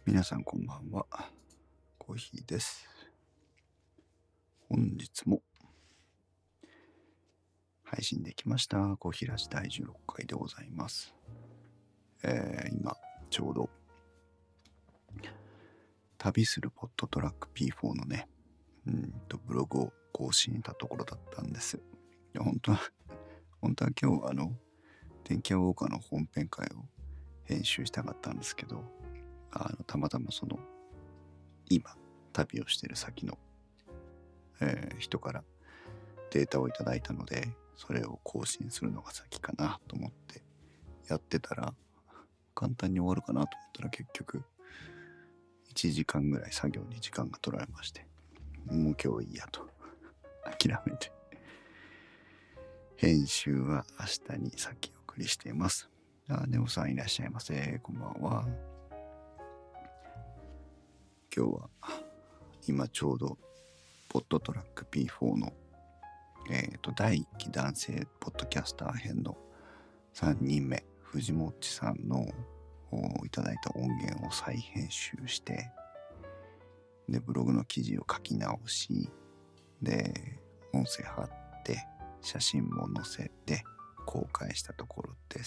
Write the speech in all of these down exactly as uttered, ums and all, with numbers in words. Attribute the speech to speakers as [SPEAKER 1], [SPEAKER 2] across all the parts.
[SPEAKER 1] 皆さんこんばんは。コーヒーです。本日も配信できました。コーヒーラジだいじゅうろっかいでございます。えー、今、ちょうど旅するポットトラック ピーフォー のね、うんとブログを更新したところだったんです。いや本当は、本当は今日あの、電気屋ウォーカーの本編会を編集したかったんですけど、あのたまたまその、今、旅をしてる先の、えー、人からデータをいただいたので、それを更新するのが先かなと思ってやってたら、簡単に終わるかなと思ったら結局いちじかんぐらい作業に時間が取られまして、もう今日いいやと諦めて、編集は明日に先送りしています。あ、ネオさんいらっしゃいませ。こんばんは。今日は今ちょうどポットトラック ピーフォー のえーとだいいっき男性ポッドキャスター編のさんにんめ、藤もっちさんのいただいた音源を再編集して、でブログの記事を書き直し、で音声貼って写真も載せて公開したところです。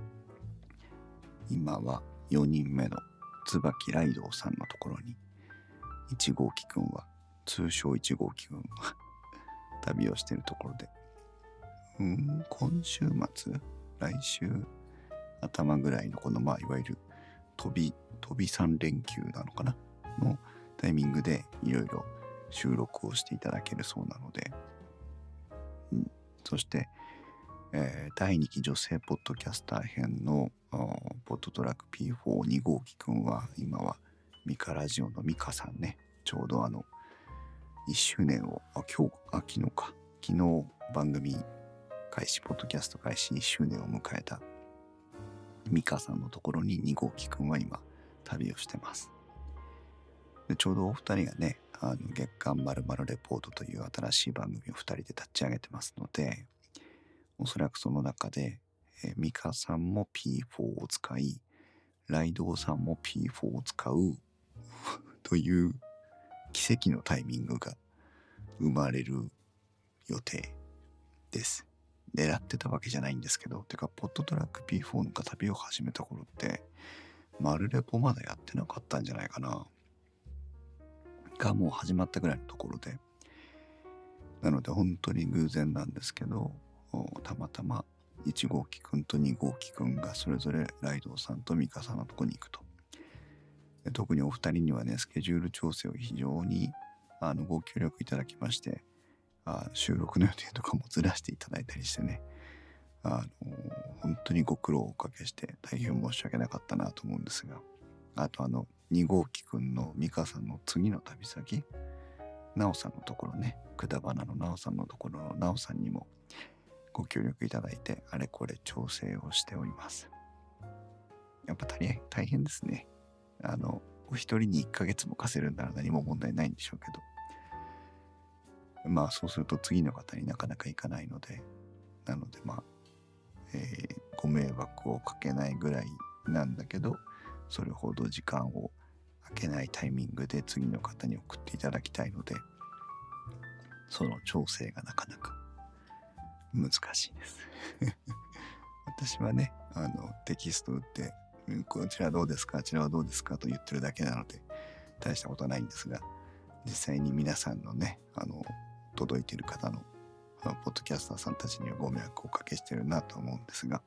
[SPEAKER 1] 今はよにんめの椿ライドウさんのところにいち号機くんは、通称いち号機くんは旅をしているところで、うーん今週末来週頭ぐらいのこのまあいわゆる飛び飛びさん連休なのかなのタイミングでいろいろ収録をしていただけるそうなので、うん、そして、えー、だいにき女性ポッドキャスター編のポッドトラック ピーフォーに 号機くんは今はミカラジオのミカさんね、ちょうどあのいっしゅうねんをあ今日あ昨日か昨日番組開始ポッドキャスト開始いっしゅうねんを迎えたミカさんのところにに号機くんは今旅をしてます。でちょうどお二人がね、あの月刊まるまるレポートという新しい番組をふたりで立ち上げてますので、おそらくその中で、えー、ミカさんも ピーフォー を使い、ライドウさんも ピーフォー を使うという奇跡のタイミングが生まれる予定です。狙ってたわけじゃないんですけど、てかポッドトラック ピーフォー の旅を始めた頃ってマルレポまだやってなかったんじゃないかながもう始まったぐらいのところで、なので本当に偶然なんですけど、たまたまいち号機くんとに号機くんがそれぞれライドウさんとミカさんのとこに行くと。で特にお二人にはね、スケジュール調整を非常にあのご協力いただきまして、あ収録の予定とかもずらしていただいたりしてね、あの本当にご苦労をおかけして大変申し訳なかったなと思うんですが、あとあのに号機くんのミカさんの次の旅先、ナオさんのところね、くだばなのナオさんのところのナオさんにもご協力いただいて、あれこれ調整をしております。やっぱ大変大変ですね。あのお一人にいっかげつも貸せるんなら何も問題ないんでしょうけど、まあそうすると次の方になかなか行かないので、なのでまあ、えー、ご迷惑をかけないぐらいなんだけど、それほど時間を空けないタイミングで次の方に送っていただきたいので、その調整がなかなか難しいです私はね、あのテキスト打ってこちらどうですか、あちらはどうですかと言ってるだけなので大したことはないんですが、実際に皆さんのね、あの届いている方のポッドキャスターさんたちにはご迷惑をおかけしてるなと思うんですが、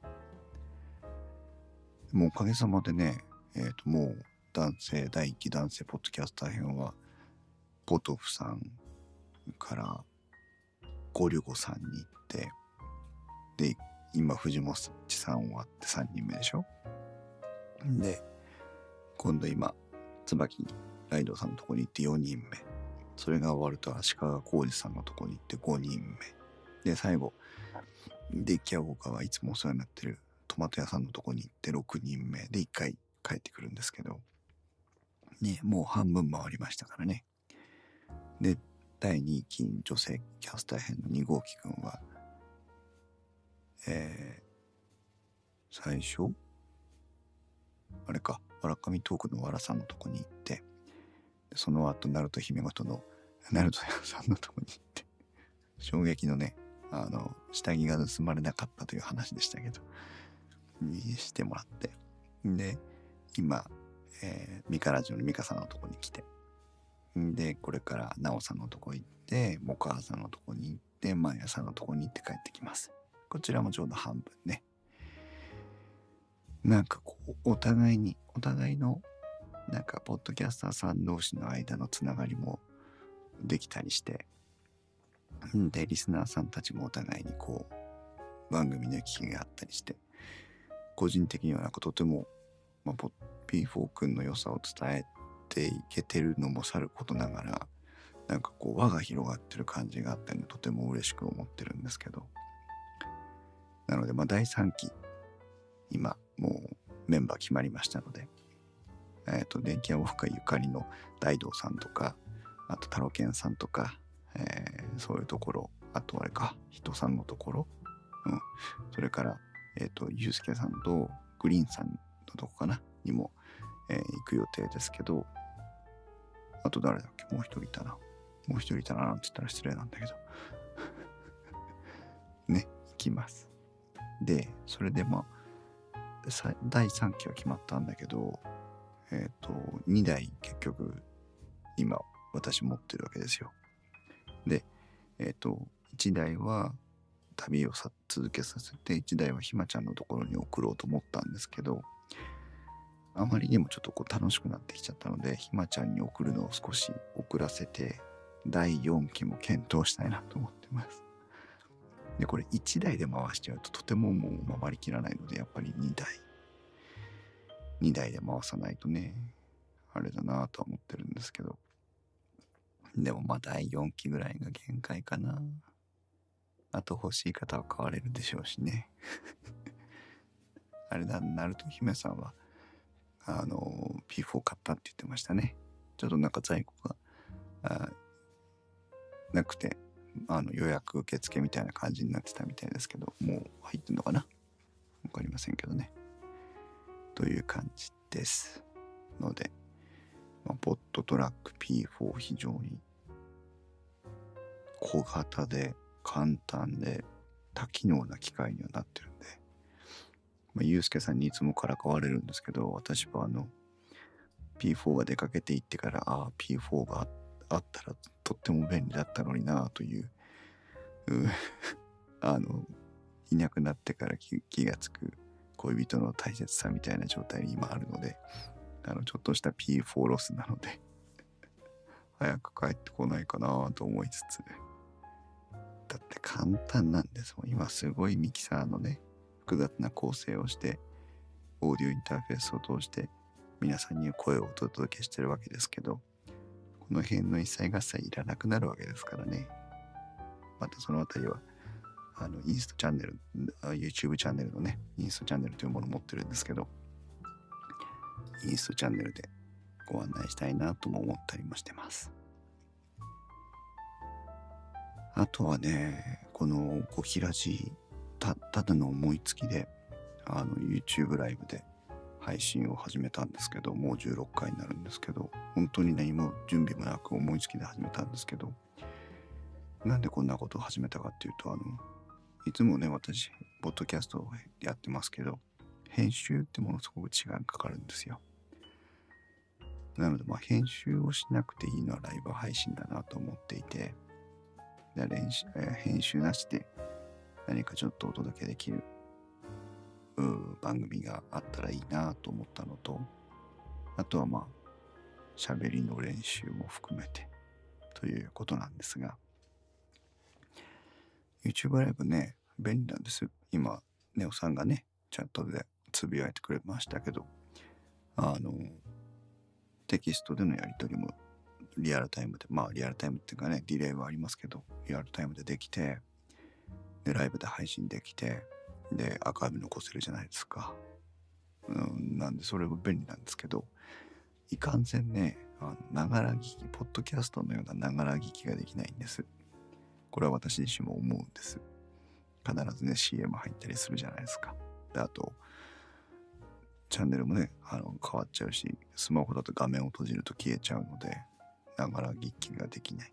[SPEAKER 1] もうおかげさまでね、えーともう男性第一期男性ポッドキャスター編はポトフさんからゴリュゴさんに行って、で今藤もっちさん終わってさんにんめでしょ。で今度今椿ライドさんのとこに行ってよにんめ、それが終わると足利浩二さんのとこに行ってごにんめで、最後デッキャウォーカーはいつもお世話になってるトマト屋さんのとこに行ってろくにんめでいっかい帰ってくるんですけどね、もう半分回りましたからね。でだいにき女性キャスター編のに号機くんは、えー、最初あれか、わらかみトークのわらさんのとこに行って、その後、ナルト姫ごとのナルトさんのとこに行って、衝撃のね、あの、下着が盗まれなかったという話でしたけど、にしてもらって。で、今、えー、ミカラジオのミカさんのとこに来て、で、これからナオさんのとこ行って、モカさんのとこに行って、マヤさんのとこに行って帰ってきます。こちらもちょうど半分ね。なんかこう、お互いに、お互いの、なんか、ポッドキャスターさん同士の間のつながりもできたりして、で、リスナーさんたちもお互いにこう、番組の聞きがあったりして、個人的にはなんかとても、まあ、ピーフォー 君の良さを伝えていけてるのもさることながら、なんかこう輪が広がってる感じがあったり、とても嬉しく思ってるんですけど、なのでまあだいさんき今もうメンバー決まりましたので、えっと電気屋ウォーカーゆかりの大道さんとか、あとタロケンさんとか、えー、そういうところ、あとあれか人さんのところ、うん、それからえっとゆうすけさんとグリーンさんのとこかなにも、えー、行く予定ですけど、あと誰だっけ、もう一人いたな。もう一人いたななんて言ったら失礼なんだけど。ね、行きます。で、それでまあ、だいさんきは決まったんだけど、えっと、にだい結局、今、私持ってるわけですよ。で、えっと、いちだいは旅をさ続けさせて、いちだいはひまちゃんのところに送ろうと思ったんですけど、あまりにもちょっとこう楽しくなってきちゃったので、ひまちゃんに送るのを少し遅らせて、だいよんきも検討したいなと思ってます。で、これいちだいで回しちゃうととてももう回りきらないので、やっぱりにだい。にだいで回さないとね、あれだなとは思ってるんですけど。でもまあだいよんきぐらいが限界かな。あと欲しい方は買われるでしょうしね。あれだ、ナルト姫さんは、あの、ピーフォー 買ったって言ってましたね。ちょっとなんか在庫が、あなくて、あの予約受付みたいな感じになってたみたいですけど、もう入ってんのかな、わかりませんけどね。という感じですので、まあ、ポットトラック ピーフォー 非常に小型で簡単で多機能な機械にはなってるんで、まあ、ゆうすけさんにいつもからかわれるんですけど、私はあの ピーフォー が出かけていってから、ああ ピーフォー があったらとっても便利だったのになという、うあのいなくなってから気がつく恋人の大切さみたいな状態に今あるので、あのちょっとした ピーフォー ロスなので早く帰ってこないかなと思いつつ、だって簡単なんですもん。今すごいミキサーのね、複雑な構成をして、オーディオインターフェースを通して皆さんに声をお届けしてるわけですけど、この辺の一切合切いらなくなるわけですからね。またそのあたりはあのインストチャンネル、YouTube チャンネルのね、インストチャンネルというものを持ってるんですけど、インストチャンネルでご案内したいなとも思ったりもしてます。あとはね、このゴキラジ、たただの思いつきであの YouTube ライブで配信を始めたんですけど、もうじゅうろっかいになるんですけど、本当に何も準備もなく思いつきで始めたんですけど、なんでこんなことを始めたかっていうと、あのいつもね、私ポッドキャストをやってますけど、編集ってものすごく時間かかるんですよ。なのでまあ編集をしなくていいのはライブ配信だなと思っていて、で練習、えー、編集なしで何かちょっとお届けできる番組があったらいいなと思ったのと、あとはまあ喋りの練習も含めてということなんですが、 YouTube ライブね、便利なんです。今ネオさんがねチャットでつぶやいてくれましたけど、あのテキストでのやり取りもリアルタイムで、まあリアルタイムっていうかね、ディレイはありますけど、リアルタイムでできて、でライブで配信できて、でアーカイブ残せるじゃないですか。うん、なんでそれも便利なんですけど、いかんせんね、ながら聞き、ポッドキャストのようなながら聞きができないんです。これは私自身も思うんです。必ずね シーエム 入ったりするじゃないですか。であとチャンネルもね、あの変わっちゃうし、スマホだと画面を閉じると消えちゃうので、ながら聞きができない。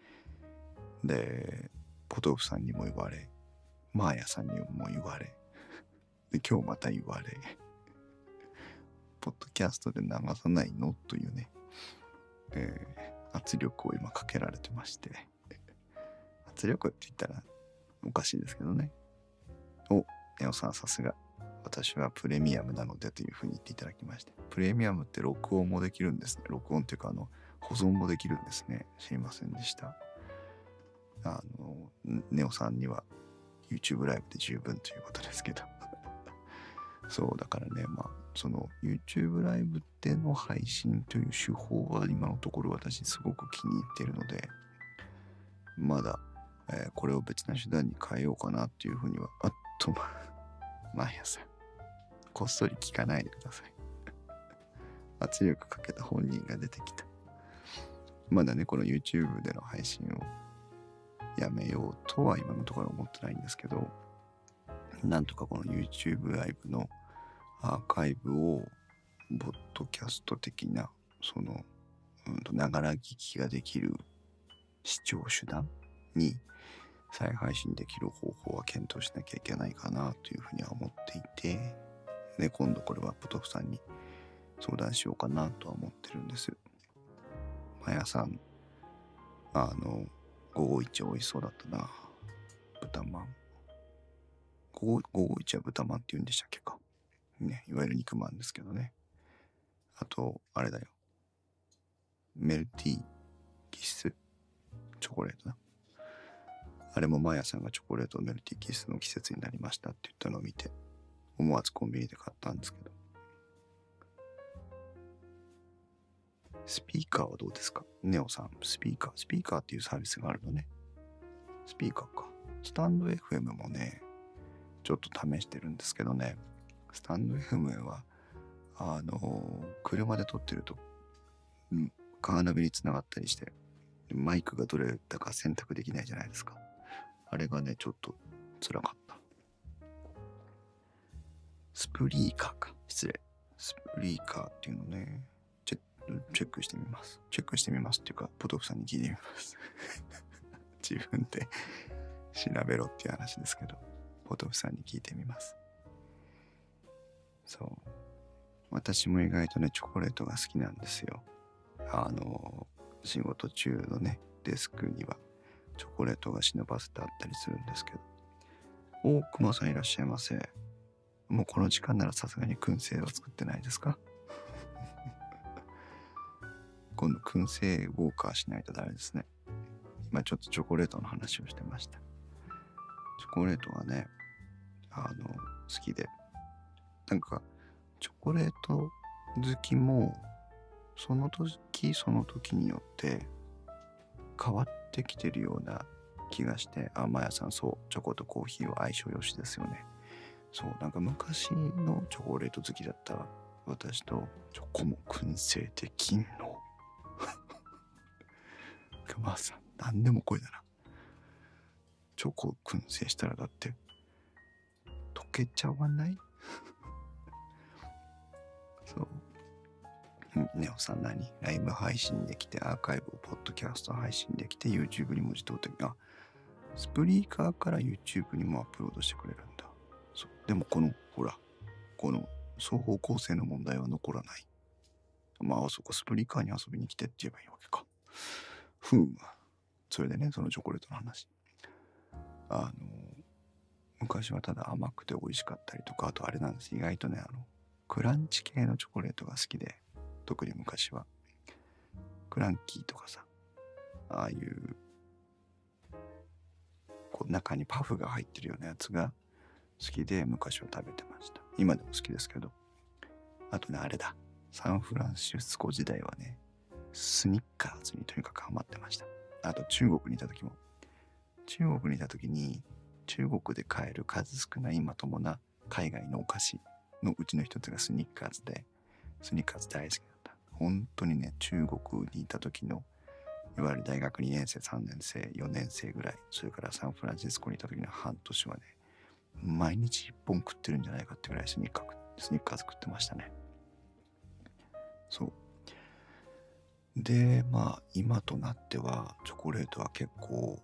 [SPEAKER 1] で、ポトフさんにも言われ、マーヤさんにも言われ、で、今日また言われ、ポッドキャストで流さないのというね、えー、圧力を今かけられてまして、圧力って言ったらおかしいですけどね。お、ネオさんさすが。私はプレミアムなのでというふうに言っていただきまして。プレミアムって録音もできるんですね。録音っていうか、あの、保存もできるんですね。知りませんでした。あの、ネオさんには YouTube ライブで十分ということですけど。そうだからね、まあ、その YouTube ライブでの配信という手法は今のところ私すごく気に入っているので、まだ、えー、これを別な手段に変えようかなっていうふうには、あっと、毎朝、こっそり聞かないでください。圧力かけた本人が出てきた。まだね、この YouTube での配信をやめようとは今のところ思ってないんですけど、なんとかこの YouTube ライブのアーカイブをボッドキャスト的なそのながら聞きができる視聴手段に再配信できる方法は検討しなきゃいけないかなというふうには思っていて、で今度これはポトフさんに相談しようかなとは思ってるんです。マヤさん、あのごごいち美味しそうだったな。豚まん。ごごいちは豚まんって言うんでしたっけか。ね、いわゆる肉まんですけどね。あと、あれだよ。メルティーキスチョコレートな。あれもマヤさんがチョコレートメルティーキスの季節になりましたって言ったのを見て、思わずコンビニで買ったんですけど。スピーカーはどうですか？ネオさん、スピーカー。スピーカーっていうサービスがあるのね。スピーカーか。スタンド エフエム もね、ちょっと試してるんですけどね。スタンド エフエム は、あのー、車で撮ってると、うん、カーナビにつながったりして、マイクがどれだか選択できないじゃないですか。あれがね、ちょっと辛かった。スプリーカーか。失礼。スプリーカーっていうのね、チェチェックしてみます。チェックしてみますっていうか、ポトフさんに聞いてみます。自分で調べろっていう話ですけど、ポトフさんに聞いてみます。そう。私も意外とね、チョコレートが好きなんですよ。あの、仕事中のね、デスクにはチョコレートが忍ばせてあったりするんですけど。お、くまさんいらっしゃいませ。もうこの時間ならさすがに燻製は作ってないですか？今度燻製ウォーカーしないとダメですね。今ちょっとチョコレートの話をしてました。チョコレートがね、あの、好きで。なんか、チョコレート好きも、その時その時によって変わってきてるような気がして、あ、マヤさん、そう、チョコとコーヒーは相性よしですよね。そう、なんか昔のチョコレート好きだった私と、チョコも燻製できんの？熊さん、何でも声だな。チョコ燻製したらだって、溶けちゃわない？そう。ネオさん何？ライブ配信できて、アーカイブをポッドキャスト配信できて、YouTube にも自動的に、あ、スプリーカーから YouTube にもアップロードしてくれるんだ。そう。でもこの、ほら、この双方向性の問題は残らない。まあ、そこスプリーカーに遊びに来てって言えばいいわけか。ふう。それでね、そのチョコレートの話。あの、昔はただ甘くて美味しかったりとか、あとあれなんです。意外とね、あの、クランチ系のチョコレートが好きで、特に昔は。クランキーとかさ、ああいう、こう中にパフが入ってるようなやつが好きで昔は食べてました。今でも好きですけど。あとね、あれだ。サンフランシスコ時代はね、スニッカーズにとにかくハマってました。あと中国にいた時も。中国にいた時に、中国で買える数少ないまともな海外のお菓子のうちの一つがスニッカーズで、スニッカーズ大好きだった。本当にね、中国にいた時の、いわゆる大学にねん生、さんねん生、よねん生ぐらい、それからサンフランシスコにいた時の半年はね、毎日一本食ってるんじゃないかってぐらいスニッカースニッカーズ食ってましたね。そうで、まあ今となってはチョコレートは結構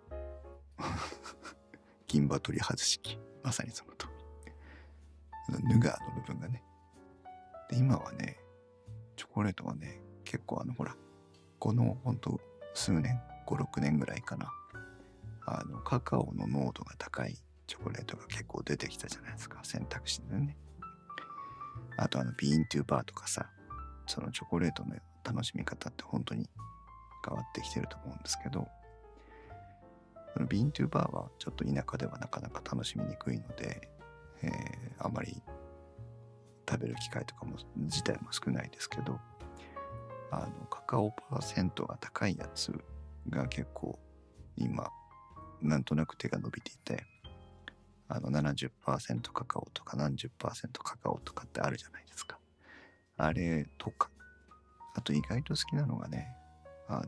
[SPEAKER 1] 銀歯取り外し器、まさにその通り、ヌガーの部分がね。で今はね、チョコレートはね、結構あのほら、このほんと数年、ご、ろくねんぐらいかな、あのカカオの濃度が高いチョコレートが結構出てきたじゃないですか、選択肢でね。あとあのビーントゥーバーとかさ、そのチョコレートの楽しみ方って本当に変わってきてると思うんですけど、そのビーントゥーバーはちょっと田舎ではなかなか楽しみにくいので、えー、あまり食べる機会とかも自体も少ないですけど、あのカカオパーセントが高いやつが結構今なんとなく手が伸びていて、あの ななじゅっパーセント カカオとか何十パーセントカカオとかってあるじゃないですか。あれとか、あと意外と好きなのがね、あの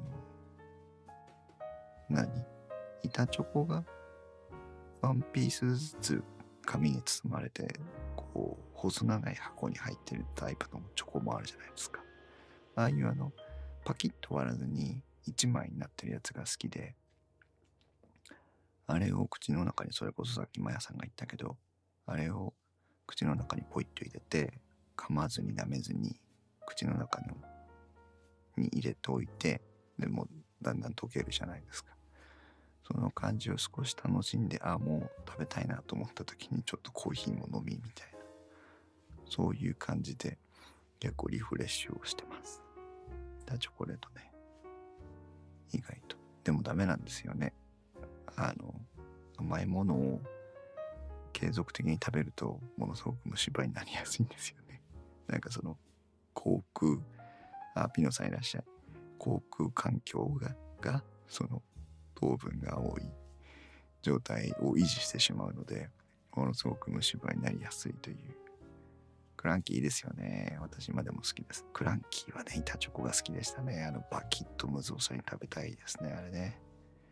[SPEAKER 1] 何板チョコがワンピースずつ紙に包まれて、こう細長い箱に入ってるタイプのチョコもあるじゃないですか。ああいうあのパキッと割らずにいちまいになってるやつが好きで、あれを口の中に、それこそさっきマヤさんが言ったけど、あれを口の中にポイッと入れて、噛まずに舐めずに口の中のに入れておいて、でもだんだん溶けるじゃないですか。その感じを少し楽しんで、ああもう食べたいなと思った時にちょっとコーヒーも飲みみたいな、そういう感じで結構リフレッシュをしてます。だチョコレートね、意外とでもダメなんですよね。あの甘いものを継続的に食べるとものすごく虫歯になりやすいんですよね。なんかその口腔、あ、ピノさんいらっしゃい。口腔環境ががその糖分が多い状態を維持してしまうので、ものすごく虫歯になりやすいという。クランキーいいですよね。私今でも好きです。クランキーはね、板チョコが好きでしたね。あのバキッと無造作に食べたいですね、あれね。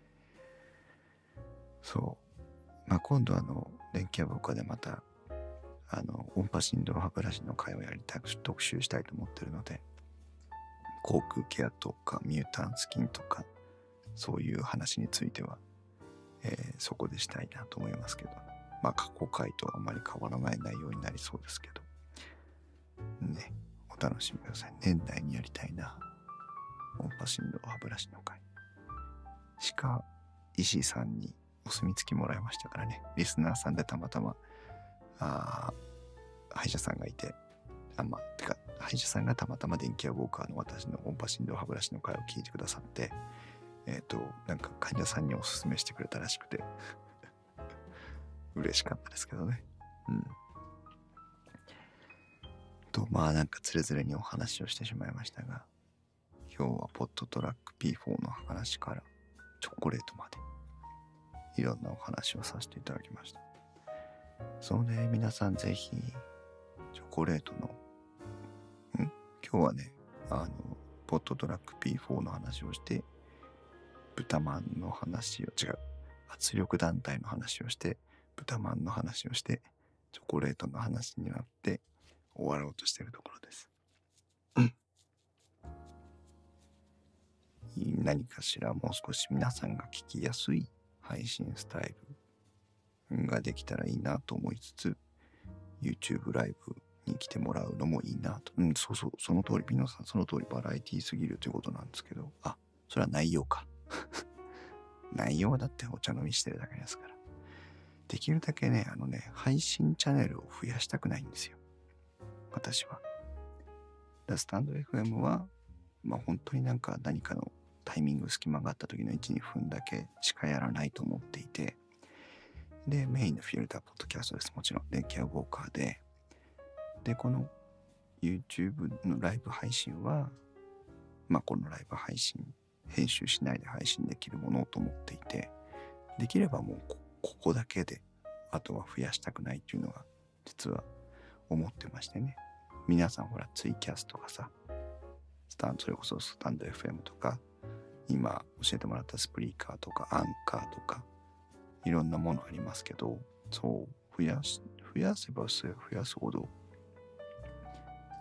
[SPEAKER 1] そう。まあ今度あの電気屋僕でまたあの音波振動歯ブラシの回をやりたく特集したいと思ってるので、口腔ケアとかミュータンスキンとかそういう話については、えー、そこでしたいなと思いますけど、まあ過去回とはあまり変わらない内容になりそうですけどね、お楽しみください。年内にやりたいな、音波振動歯ブラシの回。鹿石井さんにお墨付きもらいましたからね。リスナーさんでたまたまあ歯医者さんがいて、あまあてか歯医者さんがたまたま電気屋ウォーカーの私の音波振動歯ブラシの回を聞いてくださって、えっとなんか患者さんにおすすめしてくれたらしくて嬉しかったですけどね。うんと、まあなんかつれづれにお話をしてしまいましたが、今日はポットトラック ピーフォー の話からチョコレートまでいろんなお話をさせていただきました。そうね、皆さんぜひチョコレートのん今日はね、あのポットトラック ピーフォー の話をして、豚まんの話を違う圧力団体の話をして、豚まんの話をして、チョコレートの話になって終わろうとしているところです。何かしらもう少し皆さんが聞きやすい配信スタイルができたらいいなと思いつつ、 YouTube ライブに来てもらうのもいいなと。うん、そうそう、その通り、ピノさんその通り、バラエティすぎるということなんですけど、あ、それは内容か内容はだってお茶飲みしてるだけですから。できるだけね、あのね、配信チャンネルを増やしたくないんですよ、私は。だスタンド エフエム はまあ本当になんか何かのタイミング隙間があった時のいち、にふんだけしかやらないと思っていて、でメインのフィルターポッドキャストです。もちろん電気屋ウォーカーで、でこの YouTube のライブ配信はまあこのライブ配信編集しないで配信できるものと思っていて、できればもう こ, ここだけであとは増やしたくないっていうのが実は思ってましてね。皆さんほらツイキャスとかさ、スタンそれこそスタンド エフエム とか、今教えてもらったスプリーカーとかアンカーとかいろんなものありますけど、そう増やし増やせば増やすほど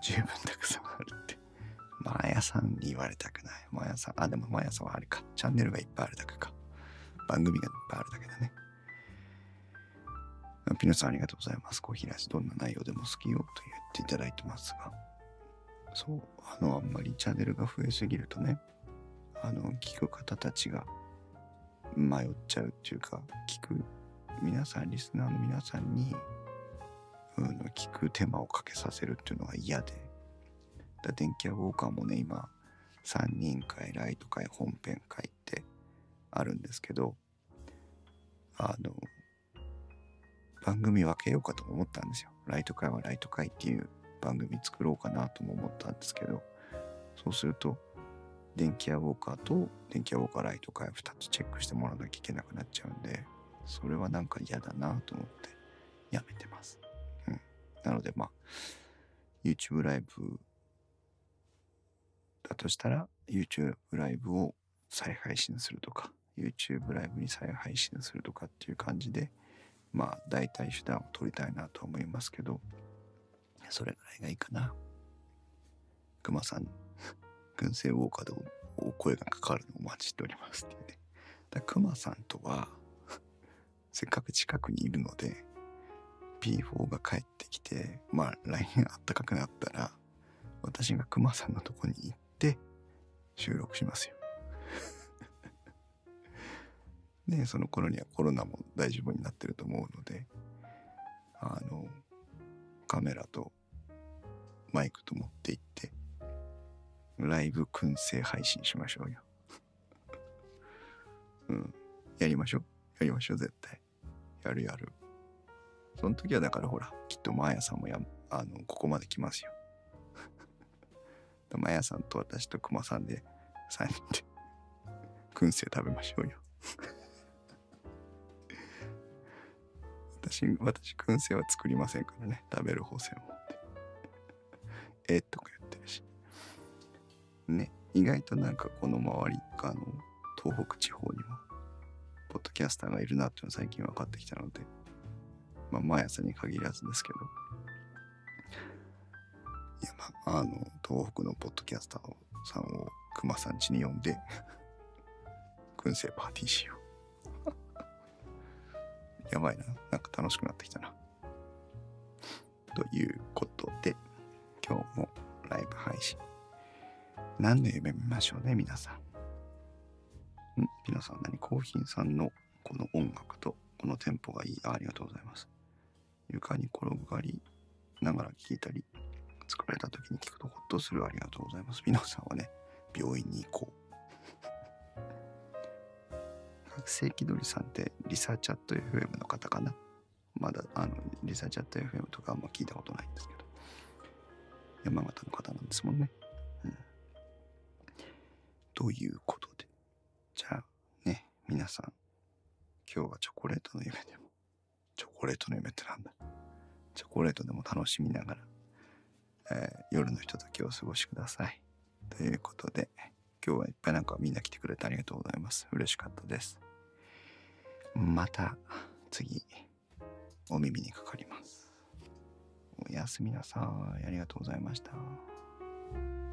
[SPEAKER 1] 十分たくさんあるって。マヤさんに言われたくない。マヤさん、あ、でもマヤさんはあれか。チャンネルがいっぱいあるだけか。番組がいっぱいあるだけだね。ピノさんありがとうございます。コーヒーラジどんな内容でも好きよと言っていただいてますが。そう、あの、あんまりチャンネルが増えすぎるとね、あの、聞く方たちが迷っちゃうっていうか、聞く皆さん、リスナーの皆さんに、うん、聞く手間をかけさせるっていうのが嫌で。だ電気屋ウォーカーもね、今、さんにん会、ライト会、本編会ってあるんですけど、あの、番組分けようかと思ったんですよ。ライト会はライト会っていう番組作ろうかなとも思ったんですけど、そうすると、電気屋ウォーカーと電気屋ウォーカーライト会ふたつチェックしてもらわなきゃいけなくなっちゃうんで、それはなんか嫌だなと思ってやめてます。うん。なのでまあ、YouTube ライブだとしたら YouTube ライブを再配信するとか YouTube ライブに再配信するとかっていう感じでまあ代替手段を取りたいなと思いますけど、それぐらいがいいかな。クマさん群生ウォーカーでお声がかかるのをお待ちしておりますっていうね。だクマさんとはせっかく近くにいるので ピーフォー が帰ってきてまあ ライン があったかくなったら私がクマさんのとこに行って収録しますよ。で、その頃にはコロナも大丈夫になってると思うので、あの、カメラとマイクと持って行って、ライブ燻製配信しましょうよ。うん。やりましょう。やりましょう、絶対。やるやる。その時はだからほら、きっとマーヤさんもや、あの、ここまで来ますよ。マヤさんと私とクマさんでさんにんで燻製食べましょうよ。私、私燻製は作りませんからね。食べる方専門で。えっとか言ってるし。ね、意外となんかこの周りかの東北地方にもポッドキャスターがいるなっていうの最近分かってきたので、まあマヤさんに限らずですけど、いやまああの東北のポッドキャスターさんをクマさん家に呼んで燻製パーティーしよう。やばいな、なんか楽しくなってきたな。ということで今日もライブ配信何の夢見ましょうね皆さん。んピノさん何コーヒーさんのこの音楽とこのテンポがいい。 あ, ありがとうございます。床に転がりながら聴いたり作られた時に聞くとホッとする。ありがとうございます。ピノさんはね病院に行こう。学生気取りさんってリサーチャット エフエム の方かな。まだあのリサーチャット エフエム とかあんま聞いたことないんですけど山形の方なんですもんね。うん。ということでじゃあね皆さん今日はチョコレートの夢でもチョコレートの夢ってなんだチョコレートでも楽しみながら、えー、夜のひとときをお過ごしください。ということで今日はいっぱいなんかみんな来てくれてありがとうございます。嬉しかったです。また次お耳にかかります。おやすみなさい。ありがとうございました。